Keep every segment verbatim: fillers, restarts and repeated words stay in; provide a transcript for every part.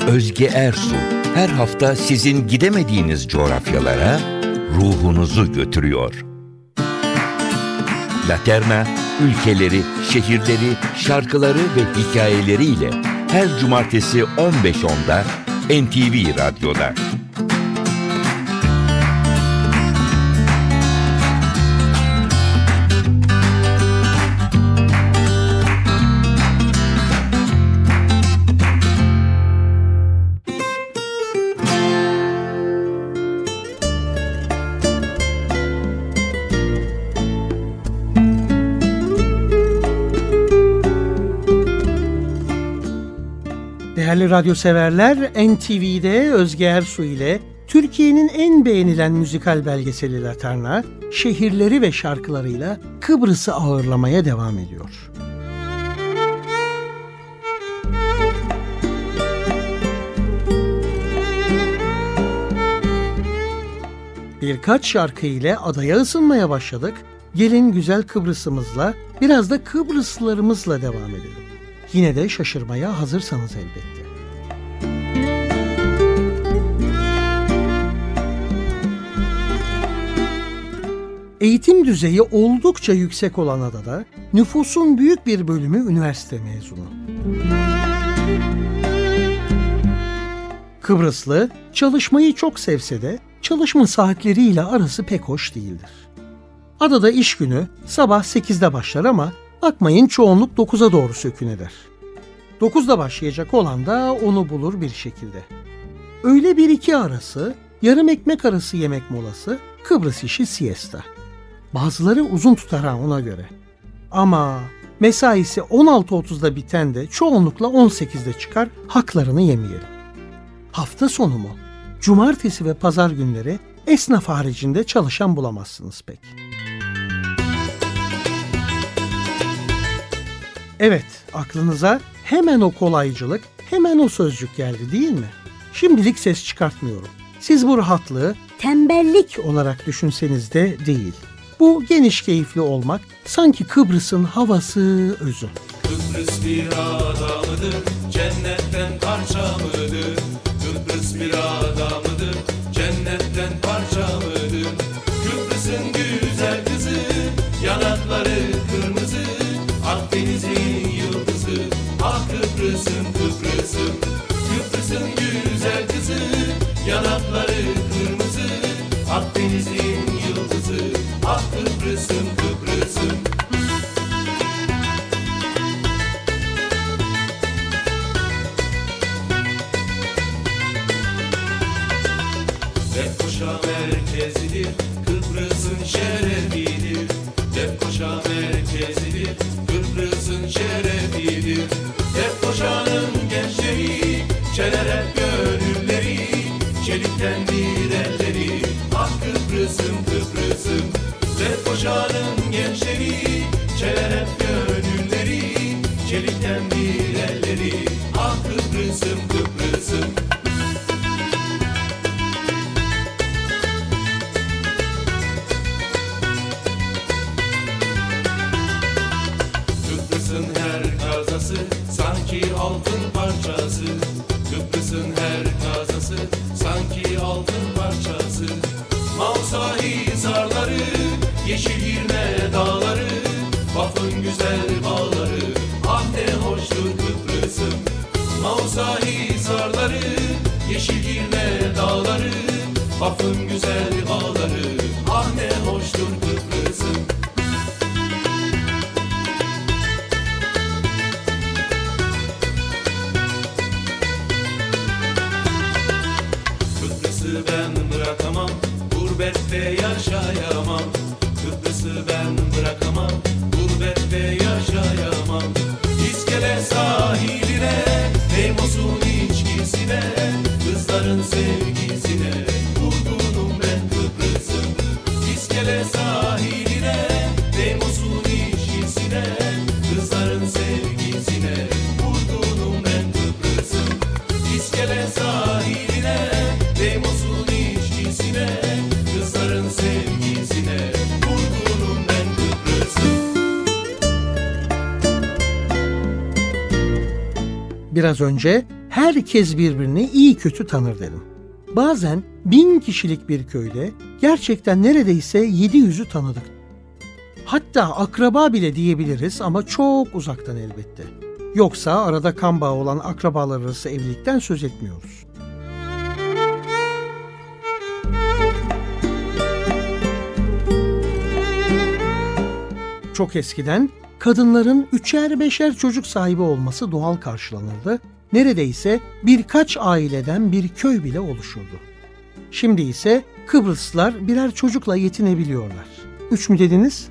Özge Ersu her hafta sizin gidemediğiniz coğrafyalara ruhunuzu götürüyor. Laterna, ülkeleri, şehirleri, şarkıları ve hikayeleriyle her cumartesi on beş onda N T V Radyo'da. Değerli radyo severler, N T V'de Özge Ersu ile Türkiye'nin en beğenilen müzikal belgeseli Laterna, şehirleri ve şarkılarıyla Kıbrıs'ı ağırlamaya devam ediyor. Birkaç şarkı ile adaya ısınmaya başladık. Gelin güzel Kıbrıs'ımızla, biraz da Kıbrıslılarımızla devam edelim. Yine de şaşırmaya hazırsanız elbette. Eğitim düzeyi oldukça yüksek olan adada nüfusun büyük bir bölümü üniversite mezunu. Kıbrıslı çalışmayı çok sevse de çalışma saatleriyle arası pek hoş değildir. Adada iş günü sabah sekizde başlar ama bakmayın çoğunluk dokuza doğru sökün eder. dokuzda başlayacak olan da onu bulur bir şekilde. Öğle bir iki arası, yarım ekmek arası yemek molası, Kıbrıs işi siesta. Bazıları uzun tutar ha ona göre. Ama mesaisi on altı otuzda biten de çoğunlukla on sekizde çıkar, haklarını yemeyelim. Hafta sonu mu? Cumartesi ve pazar günleri esnaf haricinde çalışan bulamazsınız pek. Evet, aklınıza hemen o kolaycılık, hemen o sözcük geldi değil mi? Şimdilik ses çıkartmıyorum. Siz bu rahatlığı tembellik olarak düşünseniz de değil. Bu geniş keyifli olmak sanki Kıbrıs'ın havası, özü. Kıbrıs bir ada mıdır, cennetten parça mıdır? Kıbrıs bir ada mıdır, cennetten parça mıdır? Kıbrıs'ın güzel kızı, yanakları kırmızı, Akdeniz'in yıldızı, ah Kıbrıs'ım Kıbrıs'ım. Kıbrıs'ın güzel kızı, yanakları kırmızı, Akdeniz'in yıldızı, ah Kıbrıs'ım Kıbrıs'ım. Lefkoşa merkezidir, Kıbrıs'ın şerefidir. Lefkoşa merkezidir, Kıbrıs'ın şerefidir. Lefkoşa'nın gençleri, çeler hep gönülleri, çeliktendir elleri, ah Kıbrıs'ım Kıbrıs'ım. Lefkoşa'nın gençleri, çeler hep gönülleri, çeliktendir elleri, ah Kıbrıs'ım Kıbrıs'ım. Kıbrıs'ın her kazası sanki altın parçası. Kıbrıs'ın her kazası sanki altın parçası. Mausa Hisarları, yeşil Girne dağları, Baf'ın güzel bağları, ah ne hoştur Kıbrıs'ım. Mausa Hisarları, yeşil Girne dağları, Baf'ın güzel bağları, ah ne hoştur Kıbrıs'ım. Kıbrıs'ı ben bırakamam, gurbette yaşayamam. Kıbrıs'ı ben bırakamam, gurbette yaşayamam. İskele sahiline, Neymos'un içkisine, kızların sevgisine, vurgunum ben Kıbrıs'ım. İskele sahiline, Neymos'un içkisine, kızların sevgisine, vurgunum ben Kıbrıs'ım. İskele sahiline, Neymos'un içkisine, kızların sevgisine, vurgunum ben Kıbrıs'ım. Biraz önce herkes birbirini iyi kötü tanır derim. Bazen bin kişilik bir köyde gerçekten neredeyse yedi yüzü tanıdık. Hatta akraba bile diyebiliriz ama çok uzaktan elbette. Yoksa arada kan bağı olan akrabalar arası evlilikten söz etmiyoruz. Çok eskiden kadınların üçer beşer çocuk sahibi olması doğal karşılanırdı. Neredeyse birkaç aileden bir köy bile oluşurdu. Şimdi ise Kıbrıslılar birer çocukla yetinebiliyorlar. Üç mü dediniz?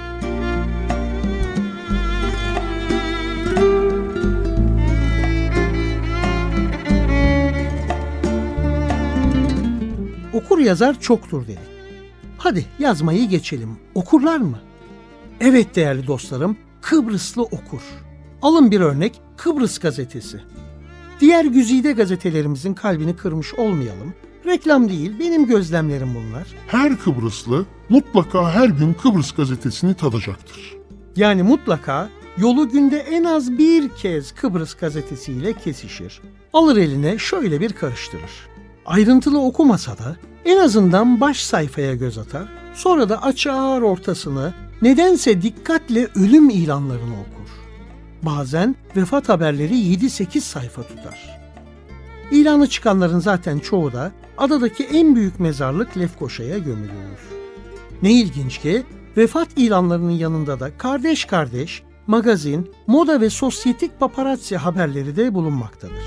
Okur yazar çoktur dedik. Hadi yazmayı geçelim. Okurlar mı? Evet değerli dostlarım, Kıbrıslı okur. Alın bir örnek, Kıbrıs Gazetesi. Diğer güzide gazetelerimizin kalbini kırmış olmayalım. Reklam değil, benim gözlemlerim bunlar. Her Kıbrıslı mutlaka her gün Kıbrıs Gazetesi'ni tadacaktır. Yani mutlaka yolu günde en az bir kez Kıbrıs Gazetesi'yle kesişir. Alır eline şöyle bir karıştırır. Ayrıntılı okumasa da en azından baş sayfaya göz atar. Sonra da açar ortasını, nedense dikkatle ölüm ilanlarını okur. Bazen vefat haberleri yedi sekiz sayfa tutar. İlanı çıkanların zaten çoğu da adadaki en büyük mezarlık Lefkoşa'ya gömülüyor. Ne ilginç ki vefat ilanlarının yanında da kardeş kardeş, magazin, moda ve sosyetik paparazzi haberleri de bulunmaktadır.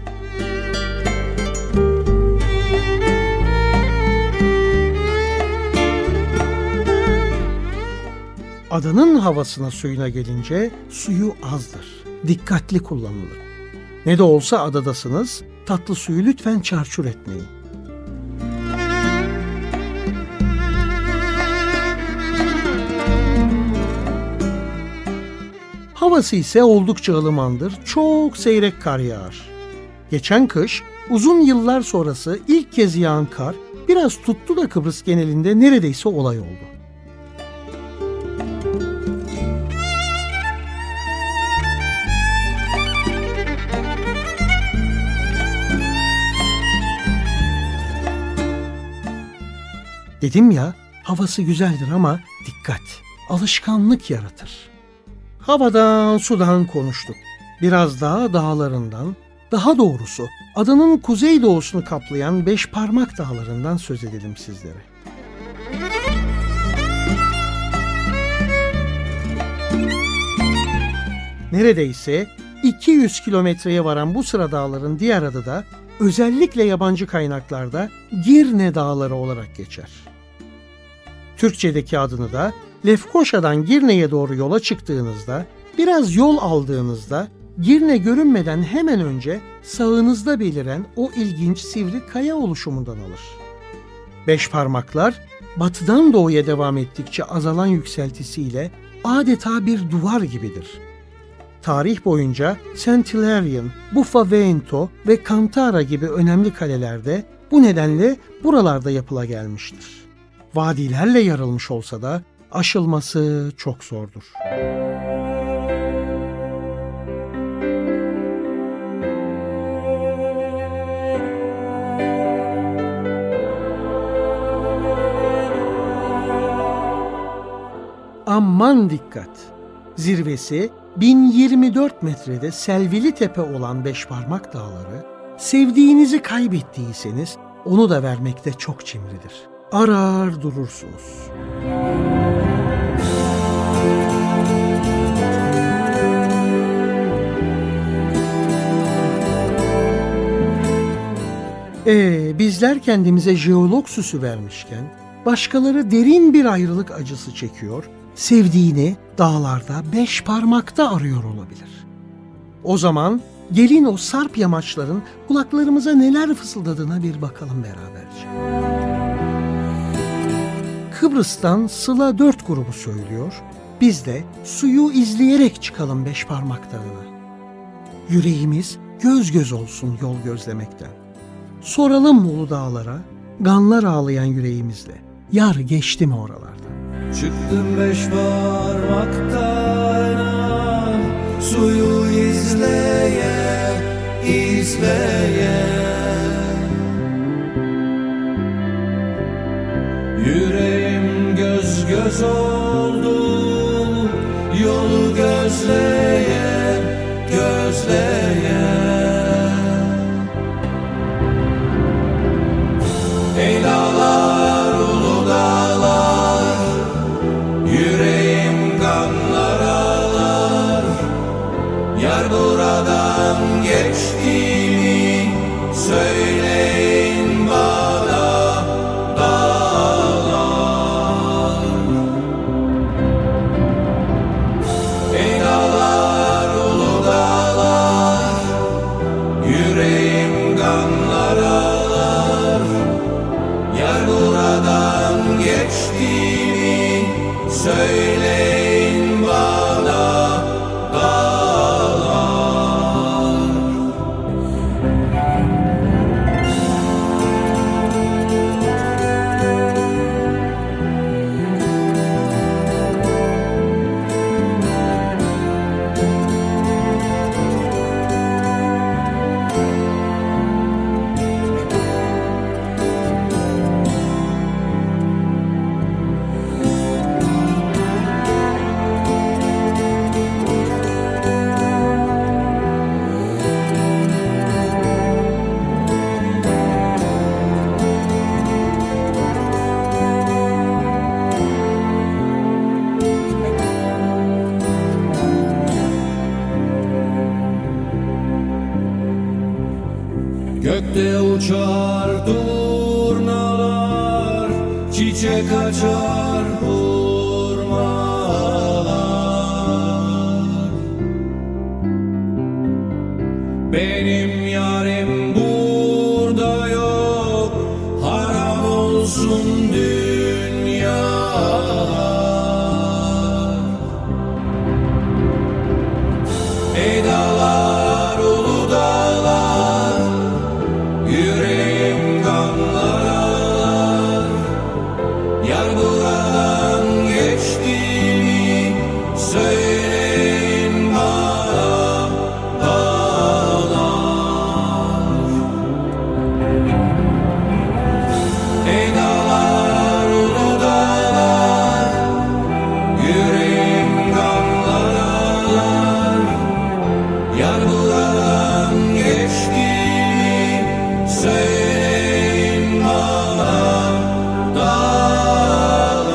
Adanın havasına suyuna gelince suyu azdır. Dikkatli kullanılır. Ne de olsa adadasınız, tatlı suyu lütfen çarçur etmeyin. Havası ise oldukça ılımandır, çok seyrek kar yağar. Geçen kış, uzun yıllar sonrası ilk kez yağan kar biraz tuttu da Kıbrıs genelinde neredeyse olay oldu. Dedim ya, havası güzeldir ama dikkat, alışkanlık yaratır. Havadan, sudan konuştuk. Biraz daha dağlarından, daha doğrusu adanın kuzeydoğusunu kaplayan Beşparmak Dağları'ndan söz edelim sizlere. Neredeyse iki yüz kilometreye varan bu sıra dağların diğer adı da özellikle yabancı kaynaklarda Girne Dağları olarak geçer. Türkçedeki adını da Lefkoşa'dan Girne'ye doğru yola çıktığınızda, biraz yol aldığınızda Girne görünmeden hemen önce sağınızda beliren o ilginç sivri kaya oluşumundan alır. Beşparmaklar batıdan doğuya devam ettikçe azalan yükseltisiyle adeta bir duvar gibidir. Tarih boyunca Saint Hilarion, Buffavento ve Kantara gibi önemli kalelerde bu nedenle buralarda yapıla gelmiştir. Vadilerle yarılmış olsa da aşılması çok zordur. Aman dikkat! Zirvesi bin yirmi dört metrede Selvili Tepe olan Beşparmak Dağları, sevdiğinizi kaybettiyseniz onu da vermekte çok cimridir. Arar durursunuz. Ee, bizler kendimize jeolog süsü vermişken, başkaları derin bir ayrılık acısı çekiyor, sevdiğini dağlarda Beşparmak'ta arıyor olabilir. O zaman gelin o sarp yamaçların kulaklarımıza neler fısıldadığına bir bakalım beraberce. Kıbrıs'tan Sıla dört grubu söylüyor, biz de suyu izleyerek çıkalım Beşparmak Dağı'na. Yüreğimiz göz göz olsun yol gözlemekten. Soralım ulu dağlara, ganlar ağlayan yüreğimizle, yar geçti mi oralardan? Çıktım Beşparmak'tan, suyu izleye, izleye. izleyen, yüreğim göz göz oldu, yolu gözleyen, gözleyen. Ey dağlar, ulu dağlar, yüreğim kanlar ağlar. Yar buradan geçti mi söyleyin bana dağlar. Ey dağlar, ulu dağlar, yüreğim kanlar ağlar. Yar buradan geçti mi söyleyin bana dağlar. Gökte uçar durnalar, çiçek açar hurmalar. Benim yarim burada yok, haram olsun dünyalar. Ey dağlar, ulu dağlar, yüreğim kanlar ağlar. Yar buradan geçti mi söyleyin bana dağlar. Ey dağlar, ulu dağlar, yüreğim kanlar ağlar. Yar buradan geçti mi söyleyin bana dağlar.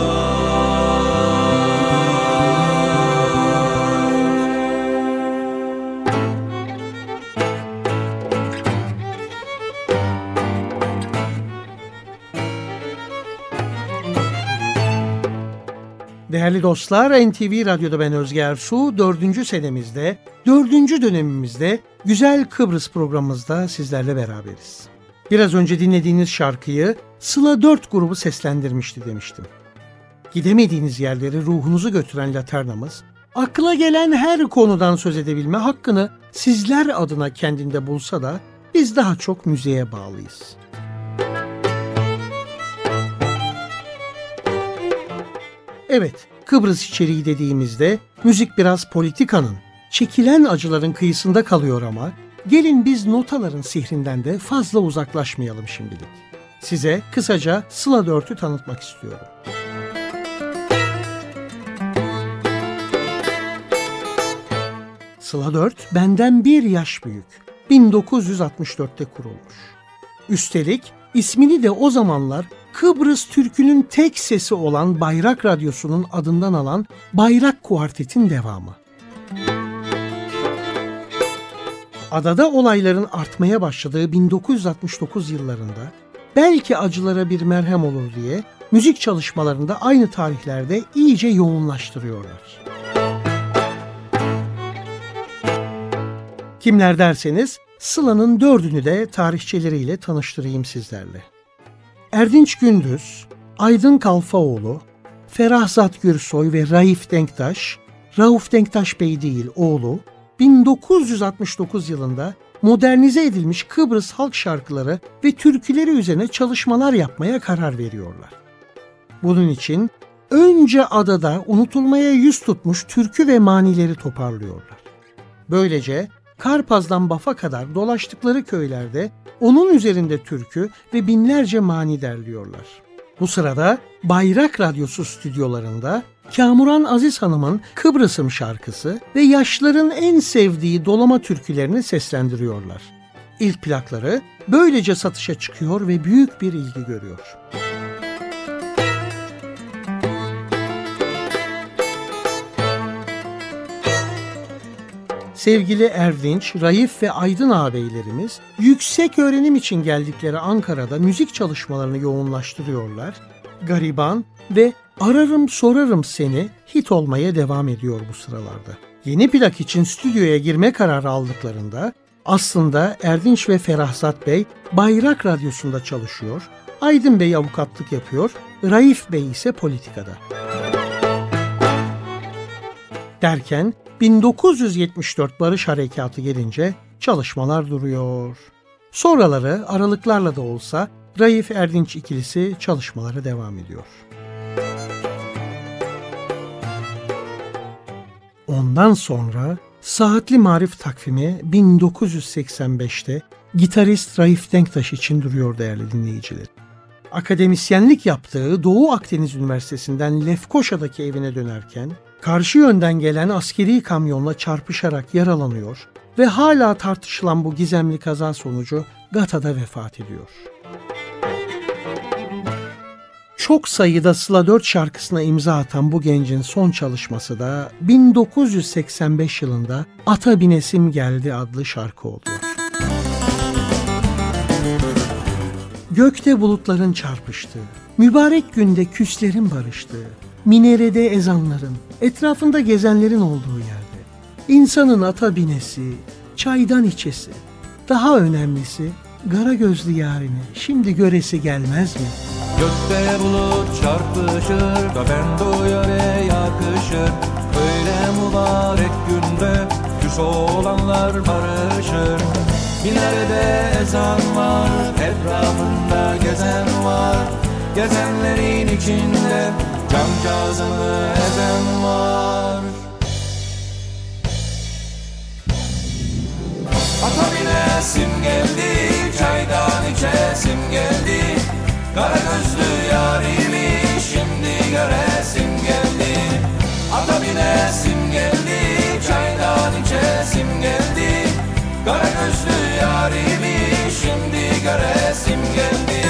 Değerli dostlar, N T V Radyo'da ben Özge Ersu, dördüncü senemizde, dördüncü dönemimizde Güzel Kıbrıs programımızda sizlerle beraberiz. Biraz önce dinlediğiniz şarkıyı Sıla dört grubu seslendirmişti demiştim. Gidemediğiniz yerleri ruhunuzu götüren Laternamız, akla gelen her konudan söz edebilme hakkını sizler adına kendinde bulsa da biz daha çok müziğe bağlıyız. Evet, Kıbrıs içeriği dediğimizde müzik biraz politikanın, çekilen acıların kıyısında kalıyor ama gelin biz notaların sihrinden de fazla uzaklaşmayalım şimdilik. Size kısaca Sıla dört'ü tanıtmak istiyorum. Sıla dört benden bir yaş büyük. bin dokuz yüz altmış dörtte kurulmuş. Üstelik ismini de o zamanlar Kıbrıs Türkü'nün tek sesi olan Bayrak Radyosu'nun adından alan Bayrak Kuartet'in devamı. Adada olayların artmaya başladığı bin dokuz yüz altmış dokuz yıllarında belki acılara bir merhem olur diye müzik çalışmalarında aynı tarihlerde iyice yoğunlaştırıyorlar. Kimler derseniz Sıla'nın dördünü de tarihçeleriyle tanıştırayım sizlerle. Erdinç Gündüz, Aydın Kalfaoğlu, Ferahzat Gürsoy ve Raif Denktaş, Rauf Denktaş Bey değil oğlu, bin dokuz yüz altmış dokuz yılında modernize edilmiş Kıbrıs halk şarkıları ve türküleri üzerine çalışmalar yapmaya karar veriyorlar. Bunun için önce adada unutulmaya yüz tutmuş türkü ve manileri toparlıyorlar. Böylece Karpaz'dan Baf'a kadar dolaştıkları köylerde onun üzerinde türkü ve binlerce mani derliyorlar. Bu sırada Bayrak Radyosu stüdyolarında Kamuran Aziz Hanım'ın Kıbrıs'ım şarkısı ve yaşlıların en sevdiği dolama türkülerini seslendiriyorlar. İlk plakları böylece satışa çıkıyor ve büyük bir ilgi görüyor. Sevgili Erdinç, Raif ve Aydın ağabeylerimiz yüksek öğrenim için geldikleri Ankara'da müzik çalışmalarını yoğunlaştırıyorlar. Gariban ve Ararım Sorarım Seni hit olmaya devam ediyor bu sıralarda. Yeni plak için stüdyoya girme kararı aldıklarında aslında Erdinç ve Ferahzat Bey Bayrak Radyosu'nda çalışıyor, Aydın Bey avukatlık yapıyor, Raif Bey ise politikada. Derken bin dokuz yüz yetmiş dört Barış Harekatı gelince çalışmalar duruyor. Sonraları aralıklarla da olsa Raif Erdinç ikilisi çalışmalara devam ediyor. Ondan sonra Saatli Marif takvimi bin dokuz yüz seksen beşte gitarist Raif Denktaş için duruyor değerli dinleyiciler. Akademisyenlik yaptığı Doğu Akdeniz Üniversitesi'nden Lefkoşa'daki evine dönerken karşı yönden gelen askeri kamyonla çarpışarak yaralanıyor ve hala tartışılan bu gizemli kaza sonucu Gata'da vefat ediyor. Çok sayıda Sıla dört şarkısına imza atan bu gencin son çalışması da bin dokuz yüz seksen beş yılında Ata Binesim Geldi adlı şarkı oluyor. Gökte bulutların çarpıştığı, mübarek günde küslerin barıştığı, minarede ezanların, etrafında gezenlerin olduğu yerde, insanın ata binesi, çaydan içesi, daha önemlisi gara gözlü yarini şimdi göresi gelmez mi? Gökte bulut çarpışır da ben bu yöre yakışır. Öyle mübarek günde küs olanlar barışır. Minarede ezan var, etrafında gezen var. Gezenlerin içinde cancağızını ezen var. Ata binesim geldi, çaydan içesim geldi. Kara gözlü yarimi şimdi göresim geldi. Ata binesim geldi, çaydan içesim geldi. Kara gözlü yarimi şimdi göresim geldi.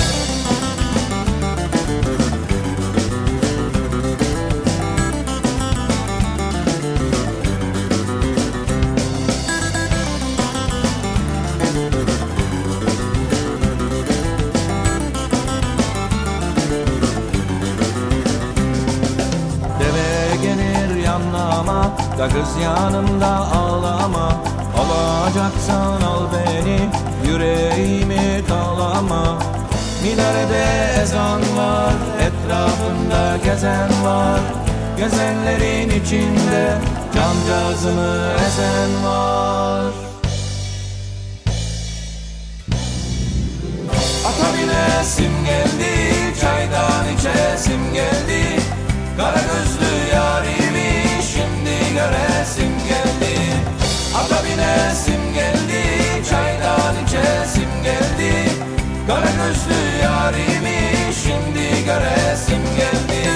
Da kız yanımda ağlama. Alacaksan al beni, yüreğimi dağlama. Minarede ezan var, etrafında gezen var. Gezenlerin içinde cancağızını ezen var. Ata binesim geldi, çaydan içesim geldi. Kara gözlü yarimi şimdi göresim geldi. Ata binesim geldi, çaydan içesim geldi. Kara gözlü yarimi şimdi göresim geldi.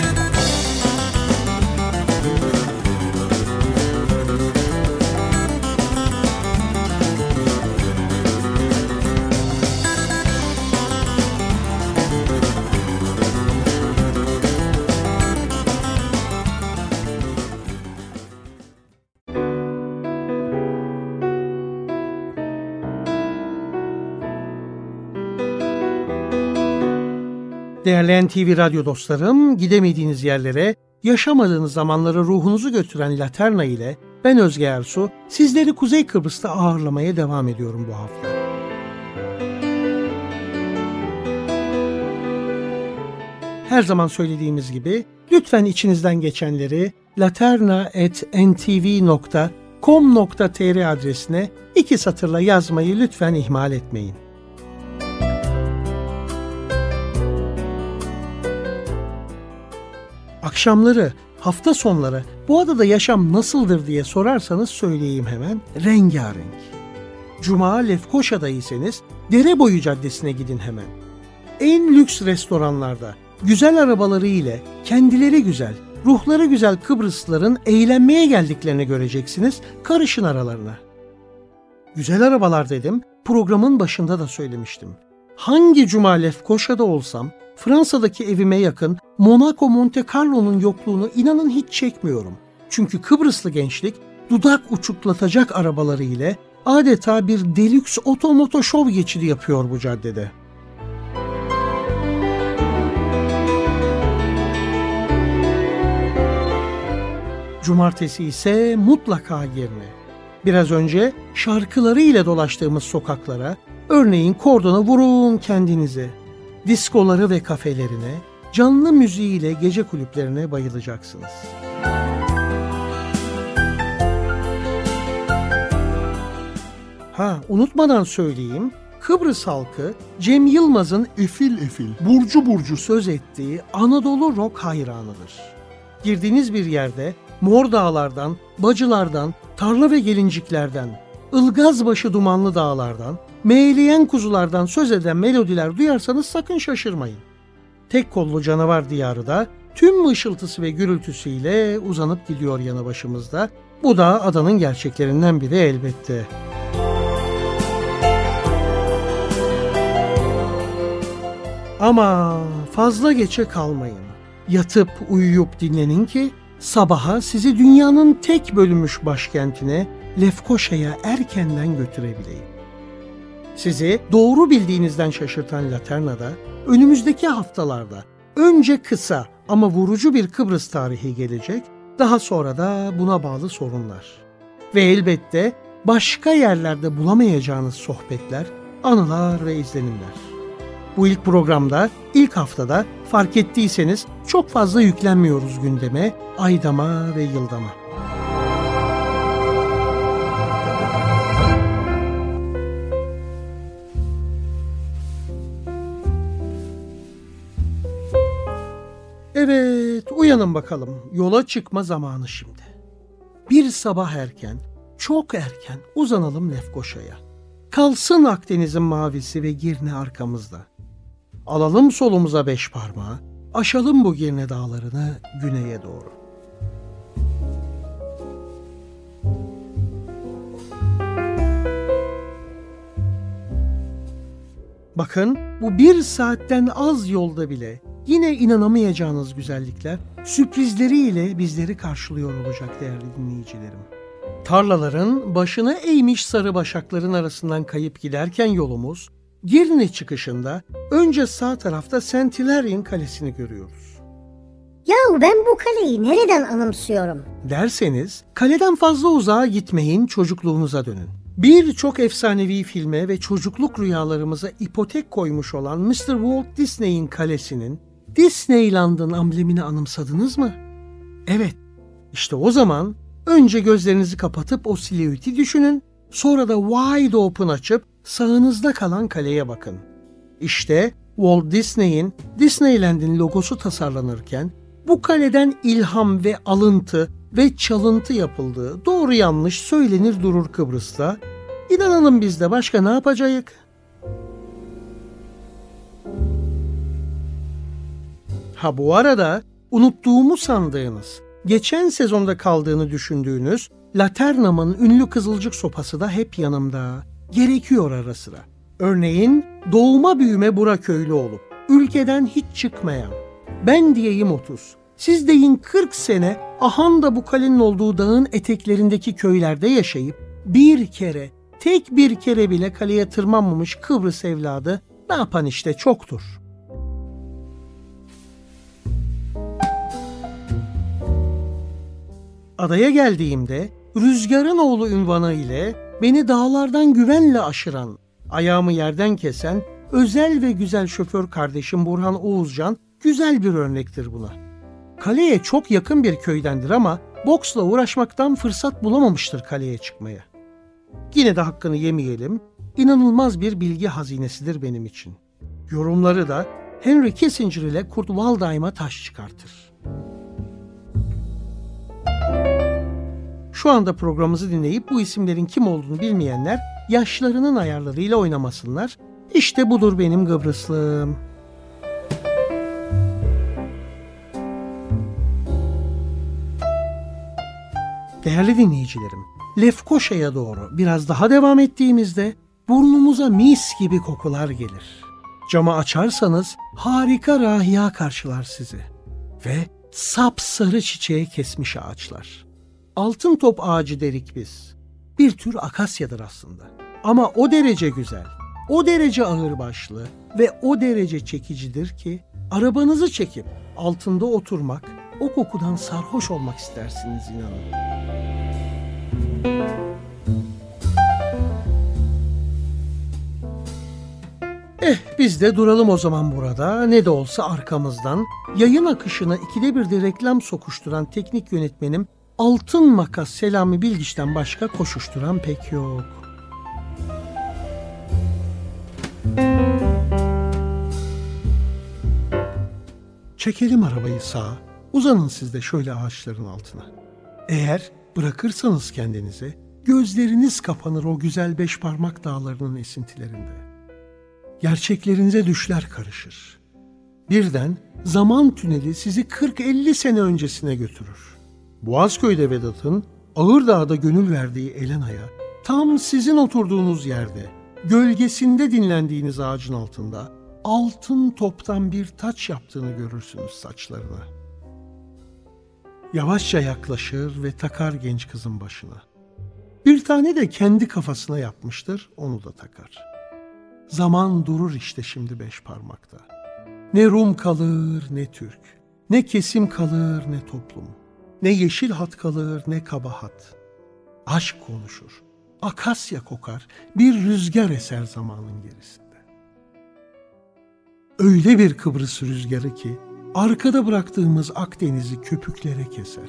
Değerli N T V Radyo dostlarım, gidemediğiniz yerlere, yaşamadığınız zamanlara ruhunuzu götüren Laterna ile ben Özge Ersu, sizleri Kuzey Kıbrıs'ta ağırlamaya devam ediyorum bu hafta. Her zaman söylediğimiz gibi, lütfen içinizden geçenleri laterna at n t v nokta com nokta t r adresine iki satırla yazmayı lütfen ihmal etmeyin. Akşamları Hafta sonları bu adada yaşam nasıldır diye sorarsanız söyleyeyim hemen, rengarenk. Cuma Lefkoşa'daysanız Dereboyu Caddesi'ne gidin hemen. En lüks restoranlarda, güzel arabaları ile kendileri güzel, ruhları güzel Kıbrıslıların eğlenmeye geldiklerini göreceksiniz, karışın aralarına. Güzel arabalar dedim, programın başında da söylemiştim. Hangi cuma Lefkoşa'da olsam, Fransa'daki evime yakın Monaco Monte Carlo'nun yokluğunu inanın hiç çekmiyorum. Çünkü Kıbrıslı gençlik dudak uçuklatacak arabaları ile adeta bir delüks otomoto şov geçidi yapıyor bu caddede. Cumartesi ise mutlaka Girne. Biraz önce şarkıları ile dolaştığımız sokaklara, örneğin kordona vurun kendinizi. Diskoları ve kafelerine, canlı müziğiyle gece kulüplerine bayılacaksınız. Ha, unutmadan söyleyeyim, Kıbrıs halkı Cem Yılmaz'ın Efil efil, burcu burcu söz ettiği Anadolu rock hayranıdır. Girdiğiniz bir yerde Mor Dağlardan, Bacılardan, Tarla ve Gelinciklerden, Ilgazbaşı dumanlı dağlardan, meyleyen kuzulardan söz eden melodiler duyarsanız sakın şaşırmayın. Tek kollu canavar diyarı da tüm ışıltısı ve gürültüsüyle uzanıp gidiyor yanı başımızda. Bu da adanın gerçeklerinden biri elbette. Ama fazla geçe kalmayın. Yatıp uyuyup dinlenin ki sabaha sizi dünyanın tek bölünmüş başkentine, Lefkoşa'ya erkenden götürebileyim. Sizi doğru bildiğinizden şaşırtan Laterna'da önümüzdeki haftalarda önce kısa ama vurucu bir Kıbrıs tarihi gelecek, daha sonra da buna bağlı sorunlar. Ve elbette başka yerlerde bulamayacağınız sohbetler, anılar ve izlenimler. Bu ilk programda, ilk haftada fark ettiyseniz çok fazla yüklenmiyoruz gündeme, aydama ve yıldama. Evet, uyanın bakalım. Yola çıkma zamanı şimdi. Bir sabah erken, çok erken uzanalım Lefkoşa'ya. Kalsın Akdeniz'in mavisi ve Girne arkamızda. Alalım solumuza beş parmağı, aşalım bu Girne dağlarını güneye doğru. Bakın, bu bir saatten az yolda bile yine inanamayacağınız güzellikler sürprizleriyle bizleri karşılıyor olacak değerli dinleyicilerim. Tarlaların başına eğmiş sarı başakların arasından kayıp giderken yolumuz, Girne çıkışında önce sağ tarafta Saint Hilary'in kalesini görüyoruz. Yahu ben bu kaleyi nereden anımsıyorum? Derseniz kaleden fazla uzağa gitmeyin, çocukluğunuza dönün. Birçok efsanevi filme ve çocukluk rüyalarımıza ipotek koymuş olan mister Walt Disney'in kalesinin Disneyland'ın amblemini anımsadınız mı? Evet, işte o zaman önce gözlerinizi kapatıp o silüeti düşünün, sonra da wide open açıp sağınızda kalan kaleye bakın. İşte Walt Disney'in Disneyland'in logosu tasarlanırken bu kaleden ilham ve alıntı ve çalıntı yapıldığı doğru yanlış söylenir durur Kıbrıs'ta. İnanalım biz de başka ne yapacağız? Ha bu arada unuttuğumu sandığınız, geçen sezonda kaldığını düşündüğünüz Laterna'mın ünlü kızılcık sopası da hep yanımda. Gerekiyor ara sıra. Örneğin doğuma büyüme bura köylü olup ülkeden hiç çıkmayan, ben diyeyim otuz, siz deyin kırk sene ahanda bu kalenin olduğu dağın eteklerindeki köylerde yaşayıp bir kere, tek bir kere bile kaleye tırmanmamış Kıbrıs evladı ne yapan işte çoktur. Adaya geldiğimde Rüzgar'ın oğlu ünvanı ile beni dağlardan güvenle aşıran, ayağımı yerden kesen özel ve güzel şoför kardeşim Burhan Oğuzcan güzel bir örnektir buna. Kaleye çok yakın bir köydendir ama boksla uğraşmaktan fırsat bulamamıştır kaleye çıkmaya. Yine de hakkını yemeyelim, inanılmaz bir bilgi hazinesidir benim için. Yorumları da Henry Kissinger ile Kurt Waldheim'a taş çıkartır. Şu anda programımızı dinleyip bu isimlerin kim olduğunu bilmeyenler yaşlarının ayarlarıyla oynamasınlar. İşte budur benim Kıbrıslığım. Değerli dinleyicilerim, Lefkoşa'ya doğru biraz daha devam ettiğimizde burnumuza mis gibi kokular gelir. Camı açarsanız harika rahiya karşılar sizi ve sapsarı çiçeğe kesmiş ağaçlar. Altın top ağacı derik biz. Bir tür akasyadır aslında. Ama o derece güzel, o derece ağırbaşlı ve o derece çekicidir ki arabanızı çekip altında oturmak, o kokudan sarhoş olmak istersiniz inanın. Eh biz de duralım o zaman burada. Ne de olsa arkamızdan yayın akışına ikide bir de reklam sokuşturan teknik yönetmenim Altın Makas Selami Bilgiç'ten başka koşuşturan pek yok. Çekelim arabayı sağa, uzanın siz de şöyle ağaçların altına. Eğer bırakırsanız kendinize, gözleriniz kapanır o güzel beş parmak dağlarının esintilerinde. Gerçeklerinize düşler karışır. Birden zaman tüneli sizi kırk elli sene öncesine götürür. Boğazköy'de Vedat'ın Ağırdağ'da gönül verdiği Elena'ya, tam sizin oturduğunuz yerde, gölgesinde dinlendiğiniz ağacın altında altın toptan bir taç yaptığını görürsünüz saçlarına. Yavaşça yaklaşır ve takar genç kızın başına. Bir tane de kendi kafasına yapmıştır, onu da takar. Zaman durur işte şimdi beş parmakta. Ne Rum kalır ne Türk, ne kesim kalır ne toplum, ne yeşil hat kalır ne kaba hat. Aşk konuşur, akasya kokar, bir rüzgar eser zamanın gerisinde. Öyle bir Kıbrıs rüzgarı ki arkada bıraktığımız Akdeniz'i köpüklere keser.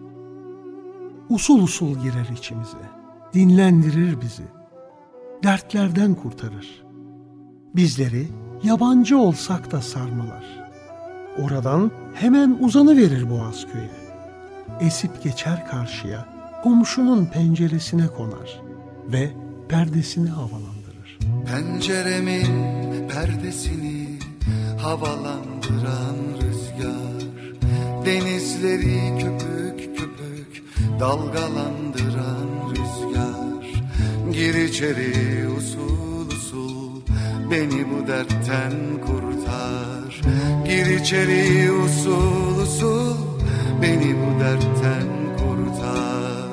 Usul usul girer içimize, dinlendirir bizi, dertlerden kurtarır. Bizleri yabancı olsak da sarmalar. Oradan hemen uzanıverir Boğazköy'e. Esip geçer karşıya, komşunun penceresine konar ve perdesini havalandırır. Penceremin perdesini havalandıran rüzgar, denizleri köpük köpük dalgalandıran rüzgar, gir içeri usul usul beni bu dertten kurtar. Gir içeri usul usul beni bu dertten kurtar.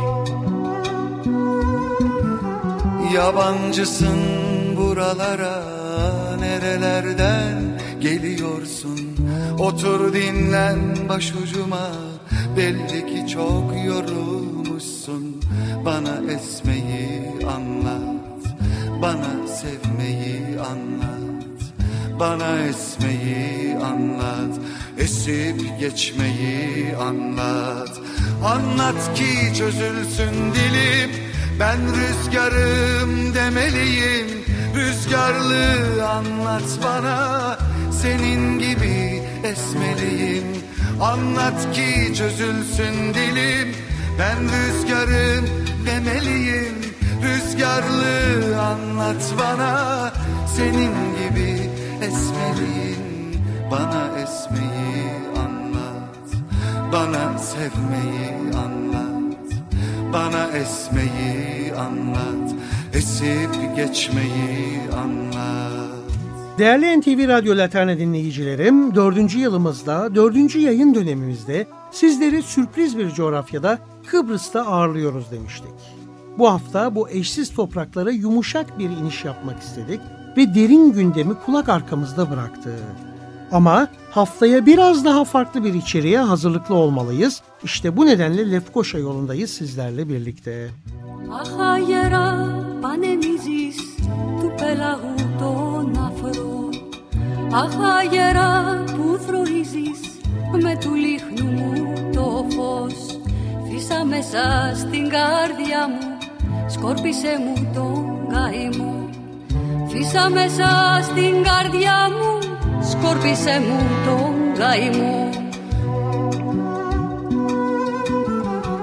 Yabancısın buralara, nerelerden geliyorsun? Otur dinlen başucuma, belli ki çok yorulmuşsun. Bana esmeyi anlat, bana sevmeyi anlat, bana esmeyi anlat, esip geçmeyi anlat. Anlat ki çözülsün dilim, ben rüzgarım demeliyim. Rüzgarlı anlat bana, senin gibi esmeliyim. Anlat ki çözülsün dilim, ben rüzgarım demeliyim. Rüzgarlı anlat bana, senin gibi esmeliyim. Bana esmeyi anlat, bana sevmeyi anlat, bana esmeyi anlat, esip geçmeyi anlat. Değerli N T V Radyo Laterna dinleyicilerim, dördüncü yılımızda, dördüncü yayın dönemimizde sizleri sürpriz bir coğrafyada, Kıbrıs'ta ağırlıyoruz demiştik. Bu hafta bu eşsiz topraklara yumuşak bir iniş yapmak istedik ve derin gündemi kulak arkamızda bıraktık. Ama haftaya biraz daha farklı bir içeriğe hazırlıklı olmalıyız. İşte bu nedenle Lefkoşa yolundayız sizlerle birlikte. Αχαγερά πανεμίζεις του πέλαγου τον αφρό. Αχαγερά που θροίζεις με του λίχνου μου το φως. Φύσα μέσα στην καρδιά μου, σκόρπισε μου τον καημό. Φύσα μέσα στην καρδιά μου, σκόρπισε μου τον καημό.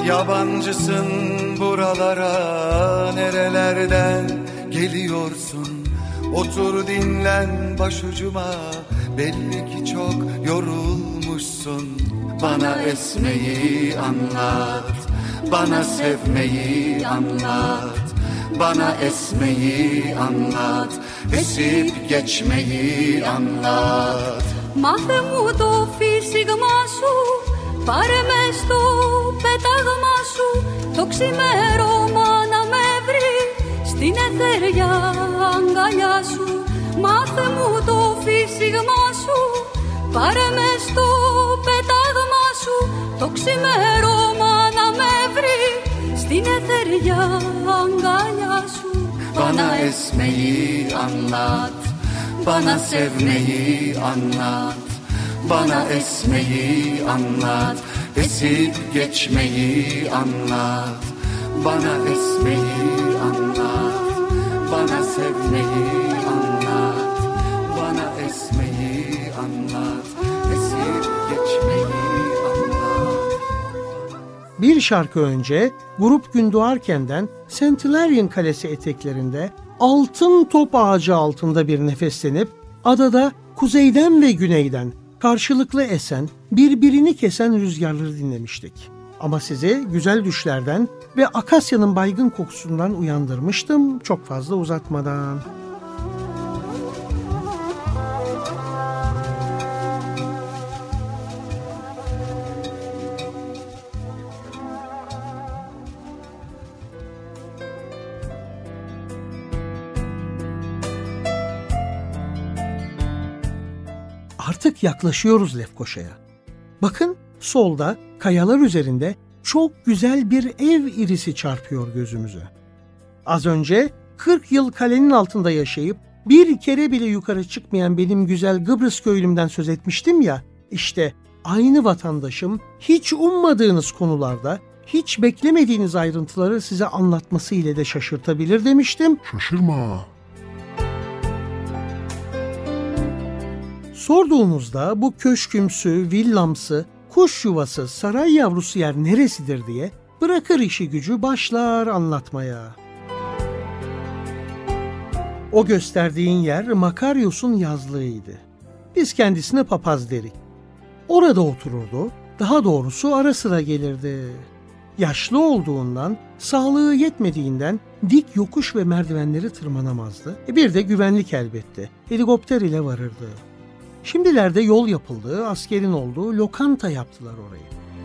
Yabancısın buralara, nerelerden geliyorsun? Otur dinlen başucuma, belli ki çok yorulmuşsun. Bana esmeyi anlat, bana sevmeyi anlat. Bana esmeyi anlat, esip geçmeyi anlat. Μάθε μου το φύσιγμα σου, πάρε με στο πέταγμα σου. Το ξημέρωμα να με βρει στην αιθέρια αγκαλιά σου. Μάθε μου το φύσιγμα σου, πάρε με στο πέταγμα σου. Το ξημέρωμα να με βρει στην αιθέρια αγκαλιά σου. Bana esmeyi anlat, bana sevmeyi anlat. Bana esmeyi anlat, esip geçmeyi anlat. Bana esmeyi anlat, bana sevmeyi anlat. Bana esmeyi anlat, esip geçmeyi anlat. Bir şarkı önce grup Gündoğarken'den Saint Hilarion Kalesi eteklerinde altın top ağacı altında bir nefeslenip adada kuzeyden ve güneyden karşılıklı esen, birbirini kesen rüzgarları dinlemiştik. Ama sizi güzel düşlerden ve akasyanın baygın kokusundan uyandırmıştım çok fazla uzatmadan. Artık yaklaşıyoruz Lefkoşa'ya. Bakın solda kayalar üzerinde çok güzel bir ev irisi çarpıyor gözümüze. Az önce kırk yıl kalenin altında yaşayıp bir kere bile yukarı çıkmayan benim güzel Kıbrıs köylümden söz etmiştim ya, işte aynı vatandaşım hiç ummadığınız konularda, hiç beklemediğiniz ayrıntıları size anlatması ile de şaşırtabilir demiştim. Şaşırma. Sorduğunuzda bu köşkümsü, villamsı, kuş yuvası, saray yavrusu yer neresidir diye bırakır işi gücü başlar anlatmaya. O gösterdiğin yer Makaryos'un yazlığıydı. Biz kendisine papaz derik. Orada otururdu, daha doğrusu ara sıra gelirdi. Yaşlı olduğundan, sağlığı yetmediğinden dik yokuş ve merdivenleri tırmanamazdı. E bir de güvenlik elbette, helikopter ile varırdı. Şimdilerde yol yapıldı, askerin olduğu lokanta yaptılar orayı.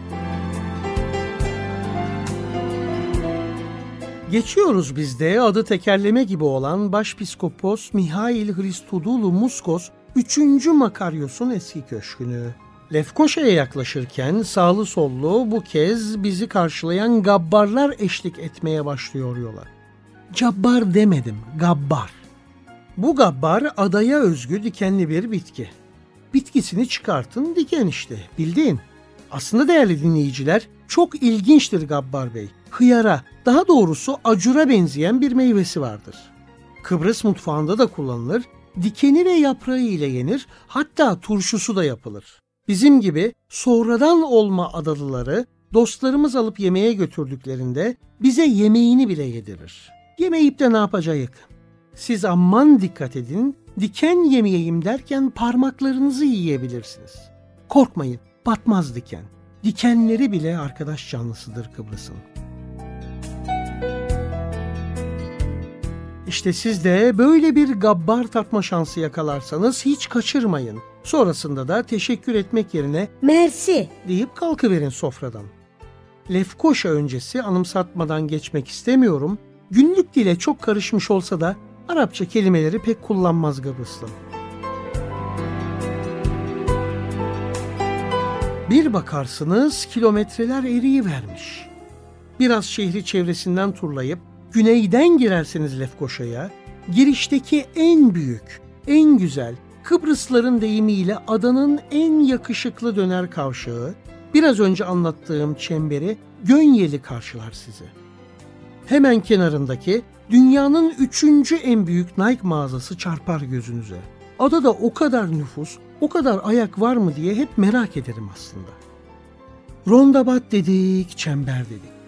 Geçiyoruz biz de adı tekerleme gibi olan Başpiskopos Mihail Hristodoulou Muskos üçüncü Makaryos'un eski köşkünü. Lefkoşa'ya yaklaşırken sağlı sollu bu kez bizi karşılayan gabbarlar eşlik etmeye başlıyor yola. Cabbar demedim, gabbar. Bu gabbar adaya özgü dikenli bir bitki. Bitkisini çıkartın, diken işte, bildiğin. Aslında değerli dinleyiciler, çok ilginçtir Gabbar Bey. Hıyara, daha doğrusu acura benzeyen bir meyvesi vardır. Kıbrıs mutfağında da kullanılır, dikeni ve yaprağı ile yenir, hatta turşusu da yapılır. Bizim gibi sonradan olma adalıları dostlarımız alıp yemeğe götürdüklerinde bize yemeğini bile yedirir. Yemeyip de ne yapacağız? Siz aman dikkat edin, diken yemeyeyim derken parmaklarınızı yiyebilirsiniz. Korkmayın, batmaz diken. Dikenleri bile arkadaş canlısıdır Kıbrıs'ın. İşte siz de böyle bir gabbar tatma şansı yakalarsanız hiç kaçırmayın. Sonrasında da teşekkür etmek yerine Mersi deyip kalkıverin sofradan. Lefkoşa öncesi anımsatmadan geçmek istemiyorum. Günlük dile çok karışmış olsa da Arapça kelimeleri pek kullanmaz Kıbrıslı. Bir bakarsınız kilometreler eriyivermiş. Biraz şehri çevresinden turlayıp güneyden girerseniz Lefkoşa'ya, girişteki en büyük, en güzel, Kıbrısların deyimiyle adanın en yakışıklı döner kavşağı, biraz önce anlattığım çemberi Gönyeli karşılar sizi. Hemen kenarındaki dünyanın üçüncü en büyük Nike mağazası çarpar gözünüze. Adada o kadar nüfus, o kadar ayak var mı diye hep merak ederim aslında. Rondabat dedik, çember dedik.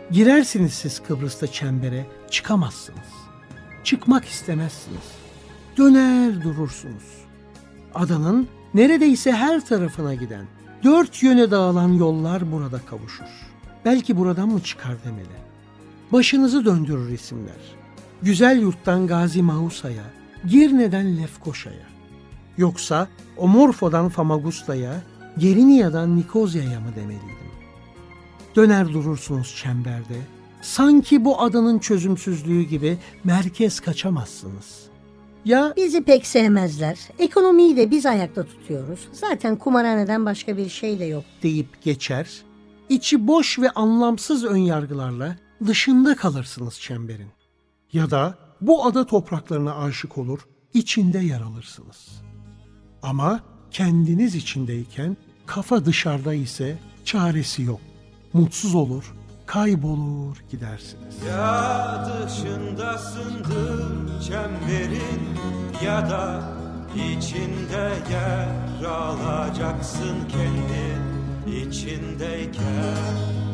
Girersiniz siz Kıbrıs'ta çembere, çıkamazsınız. Çıkmak istemezsiniz. Döner durursunuz. Adanın neredeyse her tarafına giden, dört yöne dağılan yollar burada kavuşur. Belki buradan mı çıkar demeli. Başınızı döndürür isimler. Güzel yurttan Gazi Mahusa'ya, Girne'den Lefkoşa'ya. Yoksa Omorfo'dan Famagusta'ya, Gerinia'dan Nikozya'ya mı demeliydim? Döner durursunuz çemberde. Sanki bu adanın çözümsüzlüğü gibi merkez kaçamazsınız. Ya Bizi pek sevmezler. Ekonomiyi de biz ayakta tutuyoruz. Zaten kumarhaneden başka bir şey de yok. deyip geçer, içi boş ve anlamsız önyargılarla dışında kalırsınız çemberin. Ya da bu ada topraklarına aşık olur, içinde yer alırsınız. Ama kendiniz içindeyken, kafa dışarıda ise çaresi yok. Mutsuz olur, kaybolur gidersiniz. Ya dışındasındır çemberin ya da içinde yer alacaksın kendin içindeyken.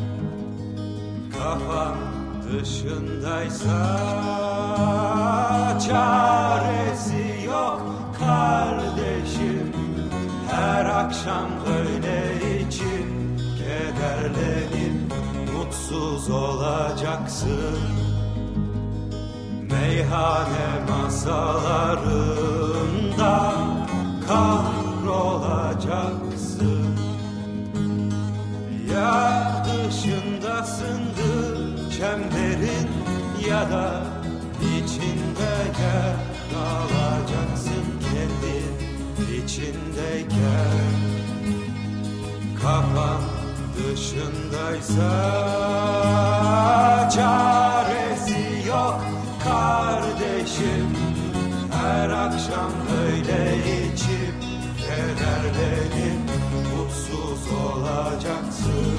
Kafan dışındaysa çaresi yok kardeşim. Her akşam öyle için kederlenip mutsuz olacaksın. Meyhane masalarında kahrolacaksın. Ya dışındasındır çemberin ya da içinde yer alacaksın kendin içindeyken. Kafan dışındaysa çaresi yok kardeşim. Her akşam öyle içip kederlenip mutsuz olacaksın.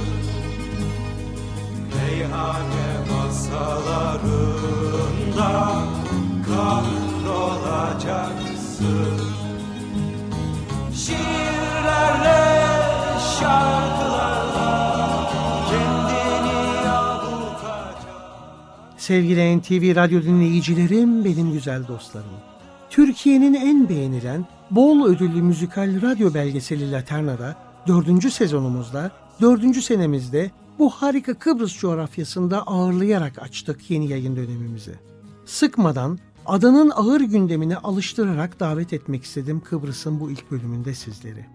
Meyhane masalarında kahrolacaksın. Şiirlerle, şarkılarla kendini avutacak. Sevgili N T V Radyo dinleyicilerim, benim güzel dostlarım. Türkiye'nin en beğenilen, bol ödüllü müzikal radyo belgeseli Laterna'da dördüncü sezonumuzda, dördüncü senemizde bu harika Kıbrıs coğrafyasında ağırlayarak açtık yeni yayın dönemimizi. Sıkmadan, adanın ağır gündemine alıştırarak davet etmek istedim Kıbrıs'ın bu ilk bölümünde sizleri.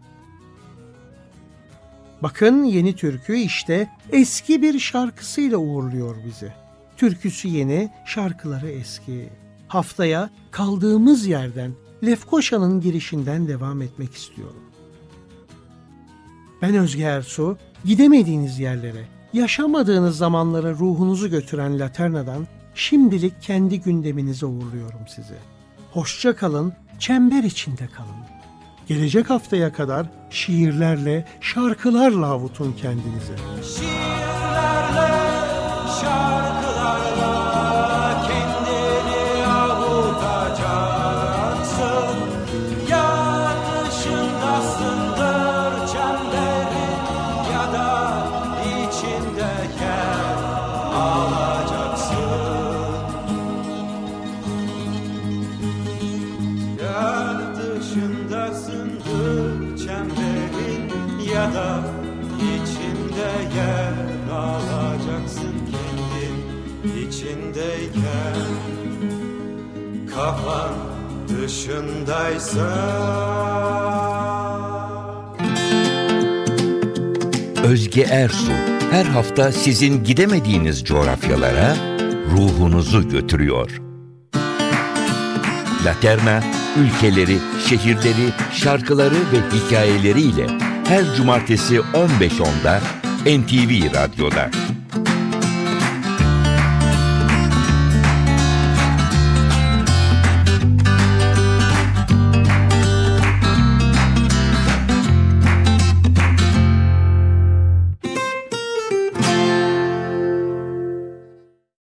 Bakın yeni türkü işte eski bir şarkısıyla uğurluyor bizi. Türküsü yeni, şarkıları eski. Haftaya kaldığımız yerden, Lefkoşa'nın girişinden devam etmek istiyorum. Ben Özge Ersu, gidemediğiniz yerlere, yaşamadığınız zamanlara ruhunuzu götüren Laterna'dan şimdilik kendi gündeminize uğurluyorum sizi. Hoşça kalın, çember içinde kalın. Gelecek haftaya kadar şiirlerle, şarkılarla avutun kendinizi. Şiirlerle, şarkılarla kendini avutacaksın. Ya dışındasındır çemberin ya da içinde yer alacaksın. Ya dışındasındır çemberin ya da içinde yer alacaksın kendin içindeyken. Kafan dışındaysa. Özge Ersu her hafta sizin gidemediğiniz coğrafyalara ruhunuzu götürüyor. Laterna, ülkeleri, şehirleri, şarkıları ve hikayeleriyle her cumartesi on beş onda N T V Radyo'da.